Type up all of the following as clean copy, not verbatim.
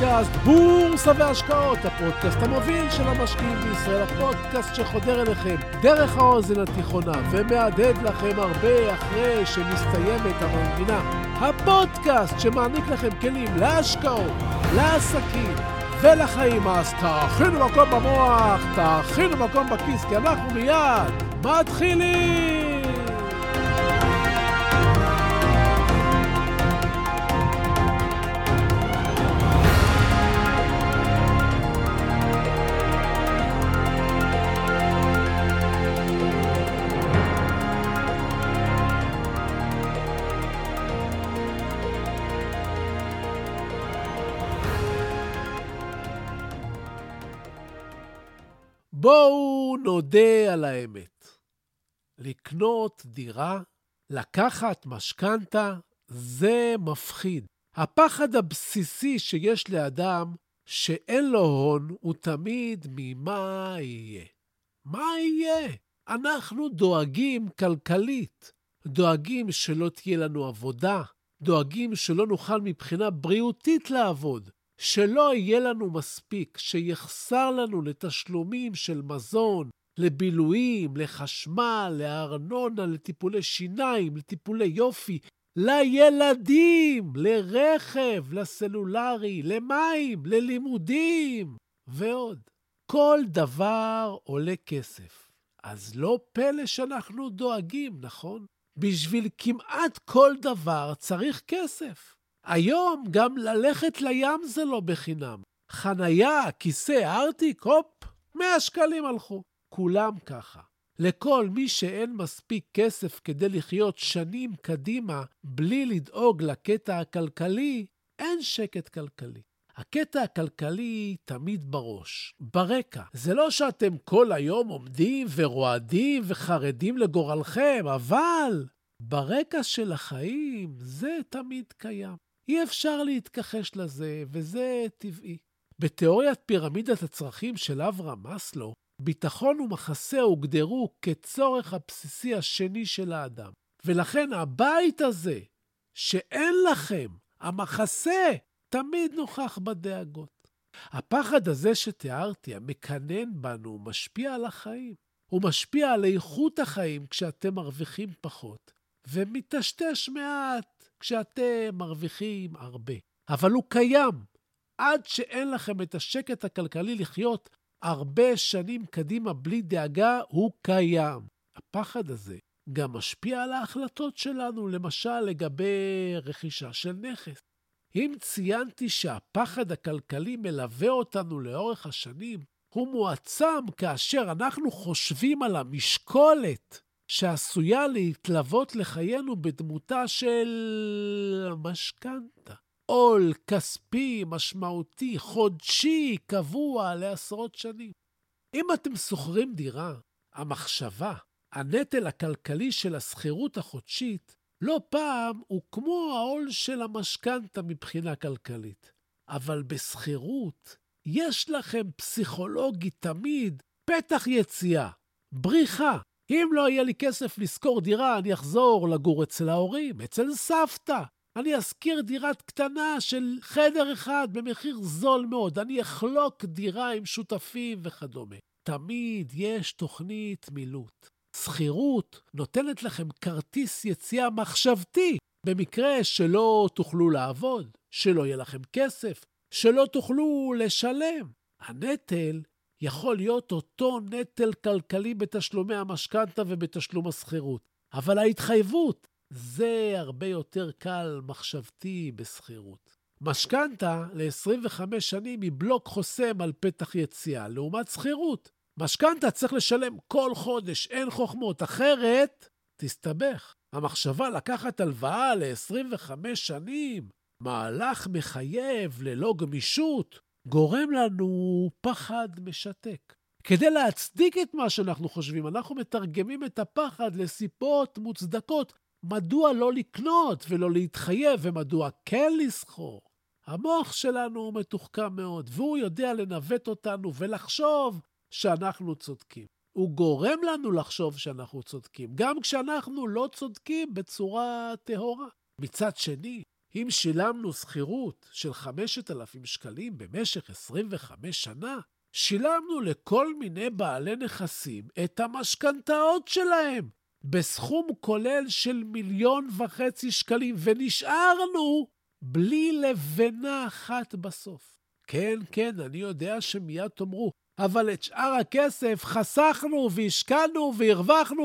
לפודקאסט בורסה והשקעות, הפודקאסט המוביל של המשקיעים בישראל, הפודקאסט שחודר אליכם דרך האוזן התיכונה ומעדד לכם הרבה אחרי שמסתיימת המנגינה. הפודקאסט שמעניק לכם כלים להשקעות, לעסקים ולחיים. אז תאכינו מקום במוח, תאכינו מקום בכיס, כי אנחנו מיד מתחילים. בואו נודה על האמת. לקנות דירה, לקחת משכנתה, זה מפחיד. הפחד הבסיסי שיש לאדם שאין לו הון הוא תמיד ממה יהיה. מה יהיה? אנחנו דואגים כלכלית, דואגים שלא תהיה לנו עבודה, דואגים שלא נוכל מבחינה בריאותית לעבוד, שלא יהיה לנו מספיק, שיחסר לנו לתשלומים של מזון, לבילויים, לחשמל, לארנונה, לטיפולי שיניים, לטיפולי יופי, לילדים, לרכב, לסלולרי, למים, ללימודים ועוד. כל דבר עולה כסף. אז לא פלא שאנחנו דואגים, נכון? בשביל כמעט כל דבר צריך כסף. היום גם ללכת לים זה לא בחינם. חנייה, כיסא, ארטיק, הופ, 100 שקלים הלכו. כולם ככה. לכל מי שאין מספיק כסף כדי לחיות שנים קדימה, בלי לדאוג לקטע הכלכלי, אין שקט כלכלי. הקטע הכלכלי תמיד בראש, ברקע. זה לא שאתם כל היום עומדים ורועדים וחרדים לגורלכם, אבל ברקע של החיים זה תמיד קיים. אי אפשר להתכחש לזה, וזה טבעי. בתיאוריית פירמידת הצרכים של אברהם מאסלו, ביטחון ומחסה הוגדרו כצורך הבסיסי השני של האדם. ולכן הבית הזה, שאין לכם, המחסה, תמיד נוכח בדאגות. הפחד הזה שתיארתי, המקנן בנו, משפיע על החיים. הוא משפיע על איכות החיים כשאתם מרוויחים פחות, ומתשתש מעט כשאתם מרוויחים הרבה. אבל הוא קיים. עד שאין לכם את השקט הכלכלי לחיות הרבה שנים קדימה בלי דאגה, הוא קיים. הפחד הזה גם משפיע על ההחלטות שלנו, למשל לגבי רכישה של נכס. אם ציינתי שהפחד הכלכלי מלווה אותנו לאורך השנים, הוא מועצם כאשר אנחנו חושבים על המשקולת שעשויה להתלוות לחיינו בדמותה של משכנתה. עול כספי, משמעותי, חודשי, קבוע לעשרות שנים. אם אתם שוכרים דירה, המחשבה, הנטל הכלכלי של השכירות החודשית, לא פעם הוא כמו העול של המשכנתה מבחינה כלכלית. אבל בשכירות יש לכם פסיכולוגי תמיד פתח יציאה, בריחה. אם לא יהיה לי כסף לשכור דירה, אני אחזור לגור אצל ההורים, אצל סבתא. אני אשכיר דירת קטנה של חדר אחד במחיר זול מאוד. אני אחלוק דירה עם שותפים וכדומה. תמיד יש תוכנית מילוט. שכירות נותנת לכם כרטיס יציאה מחשבתי, במקרה שלא תוכלו לעבוד, שלא יהיה לכם כסף, שלא תוכלו לשלם. הנטל יכול להיות אותו נטל כלכלי בתשלומי המשכנתה ובתשלום השכירות. אבל ההתחייבות זה הרבה יותר קל מחשבתי בשכירות. משכנתה ל-25 שנים היא בלוק חוסם על פתח יציאה, לעומת שכירות. משכנתה צריך לשלם כל חודש, אין חוכמות, אחרת תסתבך. המחשבה לקחת הלוואה ל-25 שנים, מהלך מחייב ללא גמישות, גורם לנו פחד משתק. כדי להצדיק את מה שאנחנו חושבים, אנחנו מתרגמים את הפחד לסיבות מוצדקות. מדוע לא לקנות ולא להתחייב, ומדוע כן לסחור? המוח שלנו מתוחכם מאוד, והוא יודע לנווט אותנו ולחשוב שאנחנו צודקים. הוא גורם לנו לחשוב שאנחנו צודקים, גם כשאנחנו לא צודקים בצורה טהורה. מצד שני, אם שילמנו שכירות של 5,000 שקלים במשך 25 שנה, שילמנו לכל מיני בעלי נכסים את המשכנתאות שלהם, בסכום כולל של 1.5 מיליון שקלים, ונשארנו בלי לבנה אחת בסוף. כן, כן, אני יודע שמיד תאמרו, אבל את שאר הכסף חסכנו והשקענו והרווחנו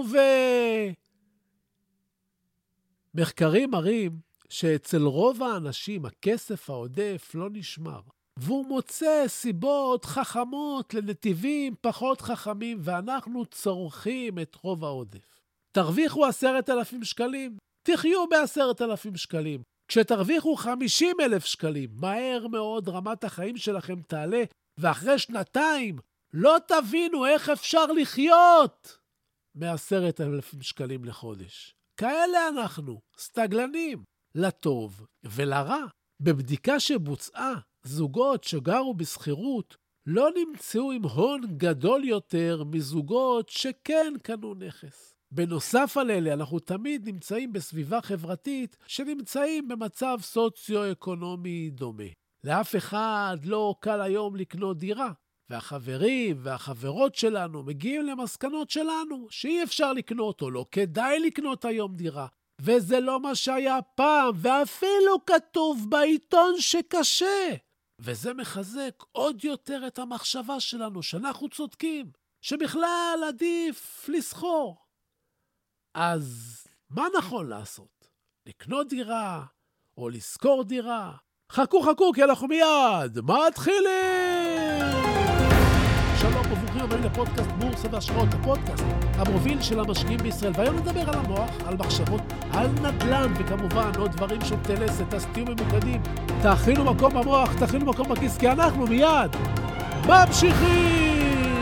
מחקרים מראים שאצל רוב האנשים הכסף העודף לא נשמר, והוא מוצא סיבות חכמות לנתיבים פחות חכמים, ואנחנו צורכים את רוב העודף. תרוויחו 10,000 שקלים, תחיו ב10,000 שקלים. כשתרוויחו 50,000 שקלים, מהר מאוד רמת החיים שלכם תעלה, ואחרי 2 לא תבינו איך אפשר לחיות מ10,000 שקלים לחודש. כאלה אנחנו, סטגלנים, לטוב ולרע. בבדיקה שבוצעה, זוגות שגרו בשכירות לא נמצאו עם הון גדול יותר מזוגות שכן קנו נכס. בנוסף על אלה, אנחנו תמיד נמצאים בסביבה חברתית שנמצאים במצב סוציו-אקונומי דומה. לאף אחד לא קל היום לקנות דירה, והחברים והחברות שלנו מגיעים למסקנות שלנו שאי אפשר לקנות או לא כדאי לקנות היום דירה. וזה לא מה שהיה פעם, ואפילו כתוב בעיתון שקשה. וזה מחזק עוד יותר את המחשבה שלנו שאנחנו צודקים, שבכלל עדיף לסחור. אז מה נכון לעשות? לקנות דירה או לשכור דירה? חכו, כי אנחנו מיד מתחילים! שלום וברוכים הבאים לפודקאסט בורסה והשקעות, הפודקאסט המוביל של המשקיעים בישראל. והיום נדבר על המוח, על מחשבות, על נדל"ן, וכמובן עוד דברים של טלסת. אז תהיו ממוקדים, תכינו מקום במוח, תכינו מקום בכיס, כי אנחנו מיד ממשיכים!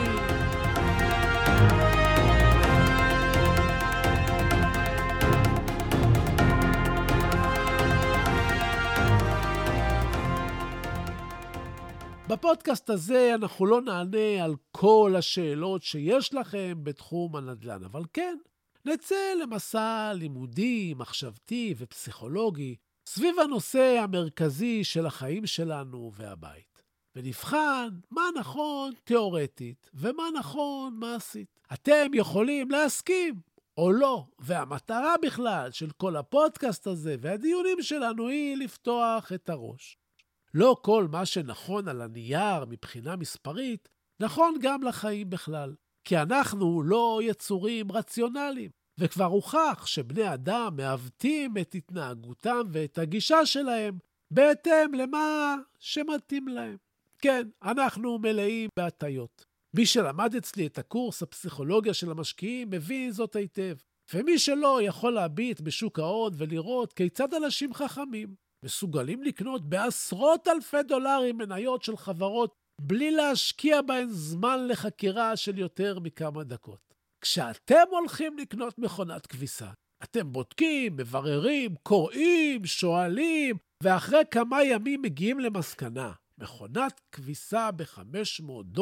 בפודקאסט הזה אנחנו לא נענה על כל השאלות שיש לכם בתחום הנדל"ן, אבל כן, נצא למסע לימודי, מחשבתי ופסיכולוגי סביב הנושא המרכזי של החיים שלנו והבית. ונבחן מה נכון תיאורטית ומה נכון מעשית. אתם יכולים להסכים או לא, והמטרה בכלל של כל הפודקאסט הזה והדיונים שלנו היא לפתוח את הראש. לא כל מה שנכון על הנייר מבחינה מספרית, נכון גם לחיים בכלל. כי אנחנו לא יצורים רציונליים, וכבר הוכח שבני אדם מעוותים את התנהגותם ואת הגישה שלהם בהתאם למה שמתאים להם. כן, אנחנו מלאים בהטיות. מי שלמד אצלי את הקורס הפסיכולוגיה של המשקיעים מבין זאת היטב. ומי שלא יכול להביט בשוק ההון ולראות כיצד אנשים חכמים מסוגלים לקנות בעשרות אלפי דולרים מניות של חברות בלי להשקיע בהן זמן לחקירה של יותר מכמה דקות. כשאתם הולכים לקנות מכונת כביסה, אתם בודקים, מבררים, קוראים, שואלים, ואחרי כמה ימים מגיעים למסקנה. מכונת כביסה ב$500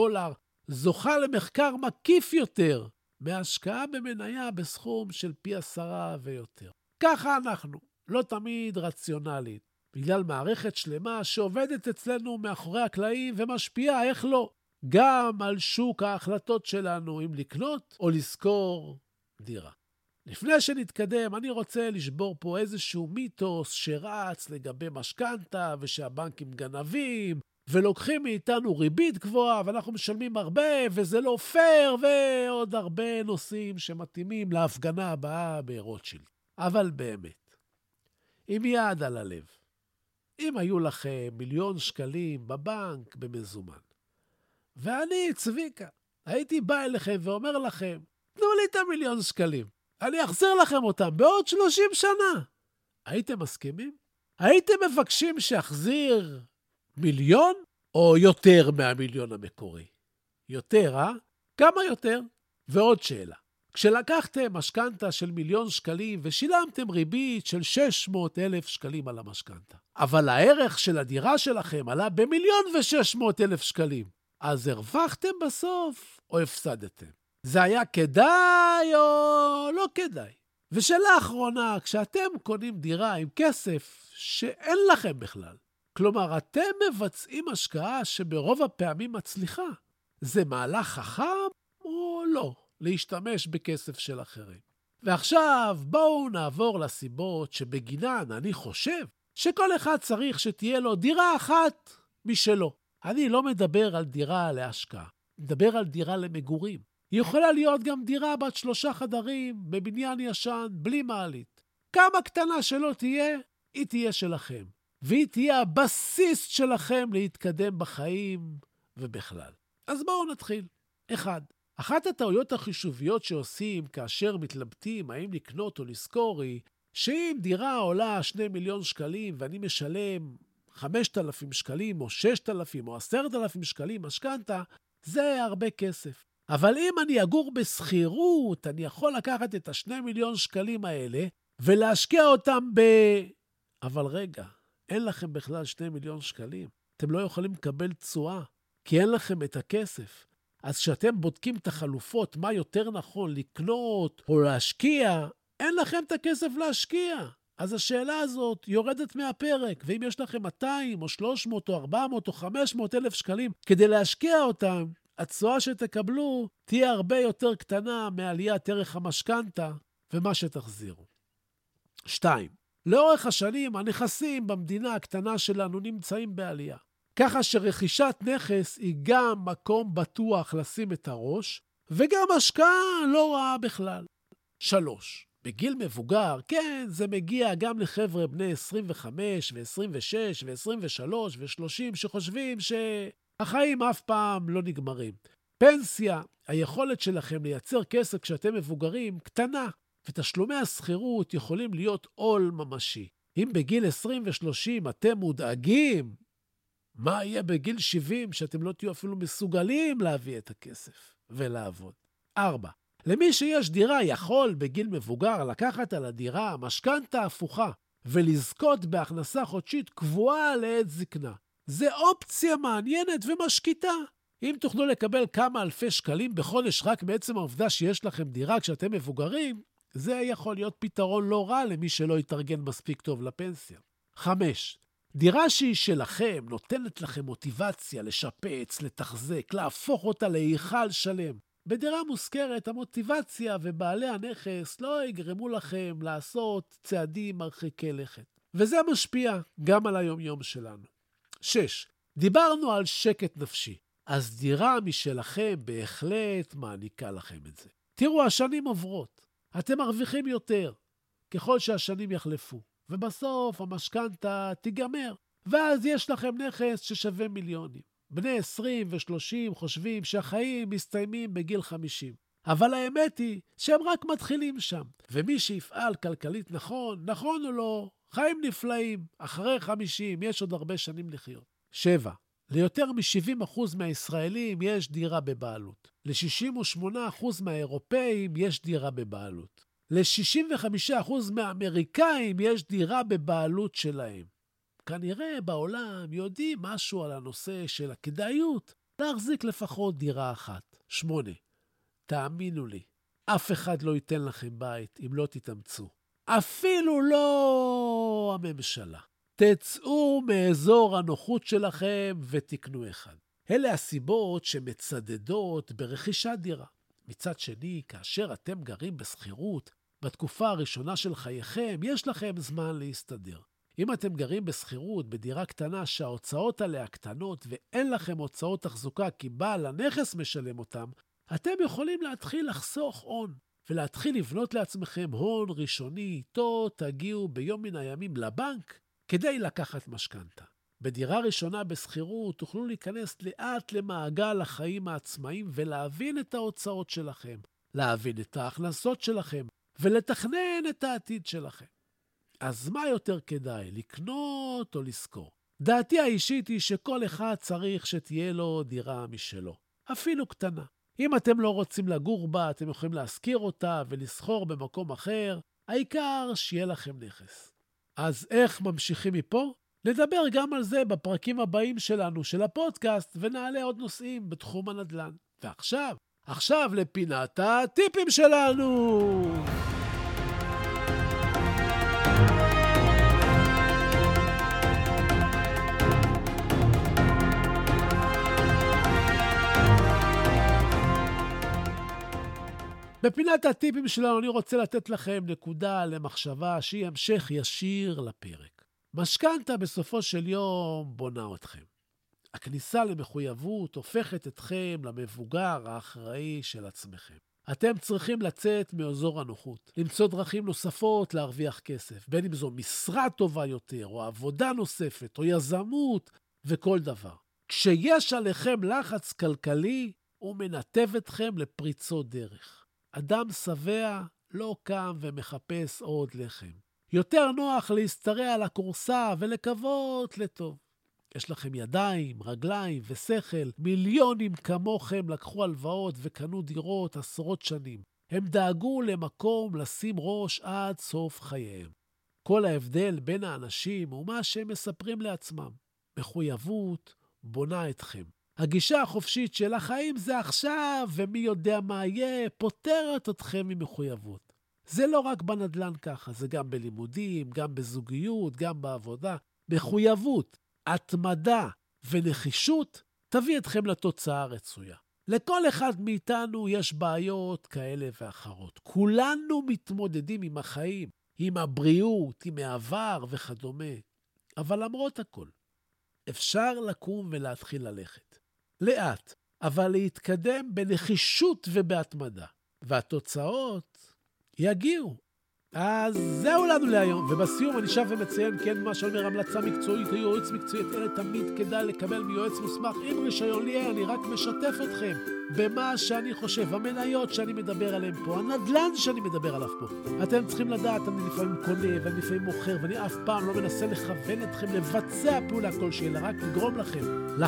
זוכה למחקר מקיף יותר מהשקעה במניה בסכום של פי 10 ויותר. ככה אנחנו, לא תמיד רציונלית. בגלל מערכת שלמה שעובדת אצלנו מאחורי הקלעים ומשפיעה, איך לא, גם על שוק ההחלטות שלנו אם לקנות או לשכור דירה. לפני שנתקדם, אני רוצה לשבור פה איזשהו מיתוס שרץ לגבי משכנתה ושהבנקים גנבים ולוקחים מאיתנו ריבית גבוהה ואנחנו משלמים הרבה וזה לא פייר ועוד הרבה נושאים שמתאימים להפגנה הבאה ברוטשילד. אבל באמת, עם יד על הלב, אם היו לכם 1,000,000 שקלים בבנק במזומן, ואני, צביקה, הייתי בא אליכם ואומר לכם, תנו לי את 1,000,000 שקלים, אני אחזיר לכם אותם בעוד 30 שנה. הייתם מסכימים? הייתם מבקשים שאחזיר 1,000,000 או יותר מה1,000,000 המקורי? יותר, כמה יותר? ועוד שאלה. כשלקחתם משכנתה של 1,000,000 שקלים ושילמתם ריבית של 600,000 שקלים על המשכנתה, אבל הערך של הדירה שלכם עלה ב1,600,000 שקלים, אז הרווחתם בסוף או הפסדתם? זה היה כדאי או לא כדאי? ושאלה אחרונה, כשאתם קונים דירה עם כסף שאין לכם בכלל, כלומר, אתם מבצעים השקעה שברוב הפעמים מצליחה, זה מהלך חכם או לא להשתמש בכסף של אחרים? ועכשיו בואו נעבור לסיבות שבגינן אני חושב שכל אחד צריך שתהיה לו דירה אחת משלו. אני לא מדבר על דירה להשקעה, מדבר על דירה למגורים. היא יכולה להיות גם דירה בת 3 חדרים בבניין ישן בלי מעלית. כמה קטנה שלא תהיה, היא תהיה שלכם. והיא תהיה הבסיס שלכם להתקדם בחיים ובכלל. אז בואו נתחיל. 1. אחת הטעויות החישוביות שעושים כאשר מתלבטים האם לקנות או לשכור היא שאם דירה עולה 2 מיליון שקלים ואני משלם 5,000 שקלים או 6,000 או 10,000 שקלים משכנתה, זה הרבה כסף. אבל אם אני אגור בסחירות, אני יכול לקחת את 2 מיליון שקלים האלה ולהשקיע אותם אבל רגע, אין לכם בכלל 2 מיליון שקלים. אתם לא יכולים לקבל תשואה, כי אין לכם את הכסף. אז כשאתם בודקים את החלופות, מה יותר נכון לקנות או להשקיע, אין לכם את הכסף להשקיע. אז השאלה הזאת יורדת מהפרק, ואם יש לכם 200 או 300 או 400 או 500 אלף שקלים כדי להשקיע אותם, התשואה שתקבלו תהיה הרבה יותר קטנה מעליית ערך המשכנתה ומה שתחזירו. 2. לאורך השנים הנכסים במדינה הקטנה שלנו נמצאים בעלייה. ככה שרכישת נכס היא גם מקום בטוח לשים את הראש, וגם השקעה לא רעה בכלל. 3. בגיל מבוגר, כן, זה מגיע גם לחבר'ה בני 25 ו-26 ו-23 ו-30 שחושבים שהחיים אף פעם לא נגמרים. פנסיה, היכולת שלכם לייצר כסף כשאתם מבוגרים, קטנה, ותשלומי השכירות יכולים להיות עול ממשי. אם בגיל 20 ו-30 אתם מודאגים, מה יהיה בגיל 70 שאתם לא תהיו אפילו מסוגלים להביא את הכסף ולעבוד? 4. למי שיש דירה יכול בגיל מבוגר לקחת על הדירה משכנתה הפוכה ולזכות בהכנסה חודשית קבועה לעת זקנה. זה אופציה מעניינת ומשקיטה. אם תוכלו לקבל כמה אלפי שקלים בחודש רק בעצם העובדה שיש לכם דירה כשאתם מבוגרים, זה יכול להיות פתרון לא רע למי שלא יתארגן מספיק טוב לפנסיה. 5. דירה שהיא שלכם נותנת לכם מוטיבציה לשפץ, לתחזק, להפוך אותה להיכל שלם. בדירה מושכרת המוטיבציה ובעלי הנכס לא יגרמו לכם לעשות צעדים מרחיקי לכת. וזה משפיע גם על היום-יום שלנו. 6. דיברנו על שקט נפשי. אז דירה משלכם בהחלט מעניקה לכם את זה. תראו, השנים עוברות. אתם מרוויחים יותר ככל שהשנים יחלפו. ובסוף המשכנתה תיגמר. ואז יש לכם נכס ששווה מיליונים. בני 20 ו-30 חושבים שהחיים מסתיימים בגיל 50. אבל האמת היא שהם רק מתחילים שם. ומי שיפעל כלכלית נכון, נכון או לא, חיים נפלאים. אחרי 50 יש עוד הרבה שנים לחיות. 7. ליותר מ-70% מהישראלים יש דירה בבעלות. ל-68% מהאירופאים יש דירה בבעלות. ל-65% מהאמריקאים יש דירה בבעלות שלהם. כנראה בעולם יודעים משהו על הנושא של הכדאיות להחזיק לפחות דירה אחת. 8. תאמינו לי, אף אחד לא ייתן לכם בית אם לא תתאמצו. אפילו לא הממשלה. תצאו מאזור הנוחות שלכם ותקנו אחד. אלה הסיבות שמצדדות ברכישת דירה. מצד שני, כאשר אתם גרים בסחירות, בתקופה הראשונה של חייכם, יש לכם זמן להסתדר. אם אתם גרים בסחירות בדירה קטנה שההוצאות עליה קטנות ואין לכם הוצאות תחזוקה כי בעל הנכס משלם אותם, אתם יכולים להתחיל לחסוך הון ולהתחיל לבנות לעצמכם הון ראשוני איתו תגיעו ביום מן הימים לבנק כדי לקחת משכנתה. בדירה ראשונה בסחירות תוכלו להיכנס לאט למעגל החיים העצמאיים ולהבין את ההוצאות שלכם, להבין את ההכנסות שלכם ולתכנן את העתיד שלכם. אז מה יותר כדאי, לקנות או לשכור? דעתי האישית היא שכל אחד צריך שתהיה לו דירה משלו, אפילו קטנה. אם אתם לא רוצים לגור בה, אתם יכולים להשכיר אותה ולשכור במקום אחר, העיקר שיהיה לכם נכס. אז איך ממשיכים מפה? נדבר גם על זה בפרקים הבאים שלנו של הפודקאסט, ונעלה עוד נושאים בתחום הנדל"ן. ועכשיו לפינת הטיפים שלנו! בפינת הטיפים שלנו אני רוצה לתת לכם נקודה למחשבה שהיא המשך ישיר לפרק. משכנתה בסופו של יום בונה אתכם. הכניסה למחויבות הופכת אתכם למבוגר האחראי של עצמכם. אתם צריכים לצאת מאזור הנוחות, למצוא דרכים נוספות להרוויח כסף, בין אם זו משרה טובה יותר, או עבודה נוספת, או יזמות, וכל דבר. כשיש עליכם לחץ כלכלי, הוא מנתב אתכם לפריצות דרך. אדם שבע לא קם ומחפש עוד לחם. יותר נוח להסתרע על הכורסה ולקוות לטוב. יש לכם ידיים, רגליים ושכל. מיליונים כמוכם לקחו הלוואות וקנו דירות עשרות שנים. הם דאגו למקום לשים ראש עד סוף חייהם. כל ההבדל בין האנשים הוא מה שהם מספרים לעצמם. מחויבות בונה אתכם. הגישה החופשית של החיים זה עכשיו, ומי יודע מה יהיה, פותרת אתכם ממחויבות. זה לא רק בנדל"ן ככה, זה גם בלימודים, גם בזוגיות, גם בעבודה. מחויבות, התמדה ונחישות תביא אתכם לתוצאה הרצויה. לכל אחד מאיתנו יש בעיות כאלה ואחרות. כולנו מתמודדים עם החיים, עם הבריאות, עם העבר וכדומה. אבל למרות הכל, אפשר לקום ולהתחיל ללכת. לאט, אבל להתקדם בנחישות ובהתמדה. והתוצאות יגיעו. אז זהו לנו להיום, ובסיום אני שב ומציין כן מה שאומר המלצה מקצועית או יועץ מקצועית, אלה תמיד כדאי לקבל מיועץ מוסמך עם רישיון לי, אני רק משתף אתכם במה שאני חושב, המניות שאני מדבר עליהן פה, הנדל"ן שאני מדבר עליו פה. אתם צריכים לדעת, אני לפעמים קונה ואני לפעמים מוכר, ואני אף פעם לא מנסה לכוון אתכם לבצע פעולה כלשהי, אלא רק לגרום לכם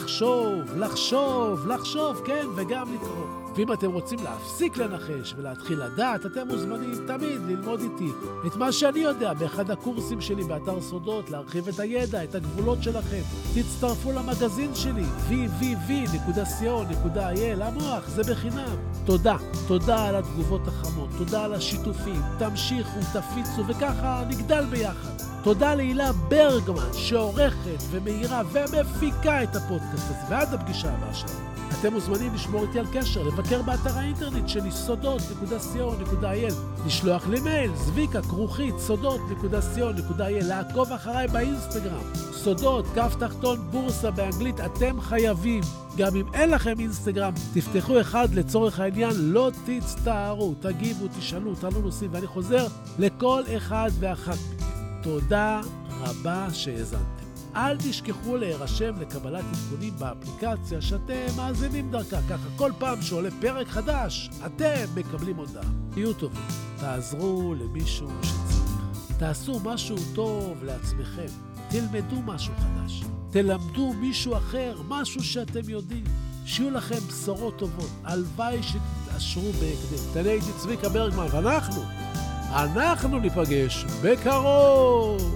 לחשוב, כן, וגם לקרוא. ואם אתם רוצים להפסיק לנחש ולהתחיל לדעת, אתם מוזמנים תמיד ללמוד איתי את מה שאני יודע באחד הקורסים שלי באתר סודות, להרחיב את הידע, את הגבולות שלכם. תצטרפו למגזין שלי, www.co.il, המוח, זה בחינם. תודה על התגובות החמות, תודה על השיתופים, תמשיכו, תפיצו, וככה נגדל ביחד. תודה להילה ברגמן, שעורכת ומהירה ומפיקה את הפודקאסט הזה, ועד הפגישה הבאה שלנו. אתם מוזמנים לשמור איתי על קשר, לבקר באתר האינטרנט שלי סודות.co.il, לשלוח לי מייל zvika@sodot.co.il, לעקוב אחריי באינסטגרם, סודות, בורסה באנגלית, אתם חייבים. גם אם אין לכם אינסטגרם, תפתחו אחד לצורך העניין, לא תצטערו, תגיבו, תשאלו, תעלו נושאים, ואני חוזר לכל אחד ואחת מכם. תודה רבה שהאזנתם. אל תשכחו להירשם לקבלת עדכונים באפליקציה שאתם מאזינים דרכה. ככה כל פעם שעולה פרק חדש, אתם מקבלים הודעה. תהיו טובים, תעזרו למישהו שצריך. תעשו משהו טוב לעצמכם. תלמדו משהו חדש. תלמדו מישהו אחר, משהו שאתם יודעים. שיהיו לכם בשורות טובות. הלוואי שתתעשרו בהקדם. תנא איתי צביקה ברגמן, ואנחנו ניפגש בקרוב.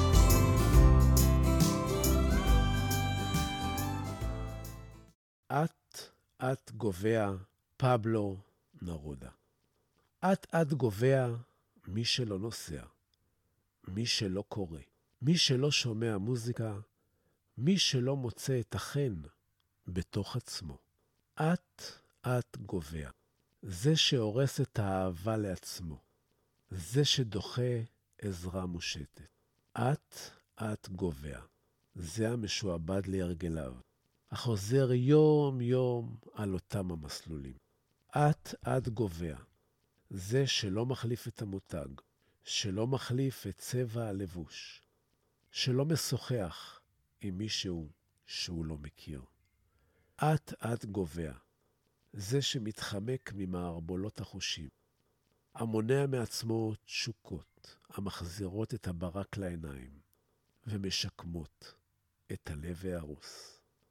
את גובע, פבלו נרודה. את גובע מי שלא נוסע, מי שלא קורא, מי שלא שומע מוזיקה, מי שלא מוצא את החן בתוך עצמו. את גובע. זה שהורס את האהבה לעצמו. זה שדוחה עזרה מושטת. את גובע. זה המשועבד להרגליו. החוזר יום יום על אותם המסלולים. את גובע. זה שלא מחליף את המותג, שלא מחליף את צבע הלבוש, שלא משוחח עם מישהו שהוא לא מכיר. את גובע. זה שמתחמק ממערבולות החושים, המונע מעצמו תשוקות, המחזירות את הברק לעיניים, ומשקמות את הלב והרוס.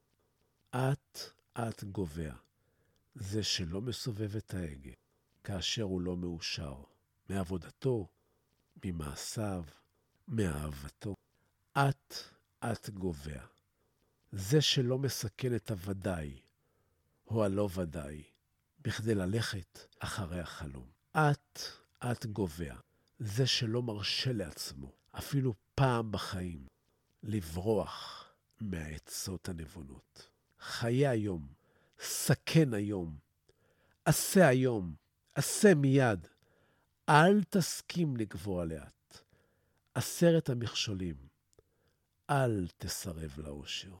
את גובע. זה שלא מסובב את ההגה, כאשר הוא לא מאושר, מעבודתו, ממעשיו, מאהבתו. את גובע. זה שלא מסכן את הוודאי, או הלא ודאי, בכדי ללכת אחרי החלום. את גובע. זה שלא מרשה לעצמו, אפילו פעם בחיים, לברוח מהעצות הנבונות. חיה היום, סכן היום, עשה היום, עשה מיד. אל תסכים לגבוה לאט. 10 המכשולים. אל תסרב לאושר.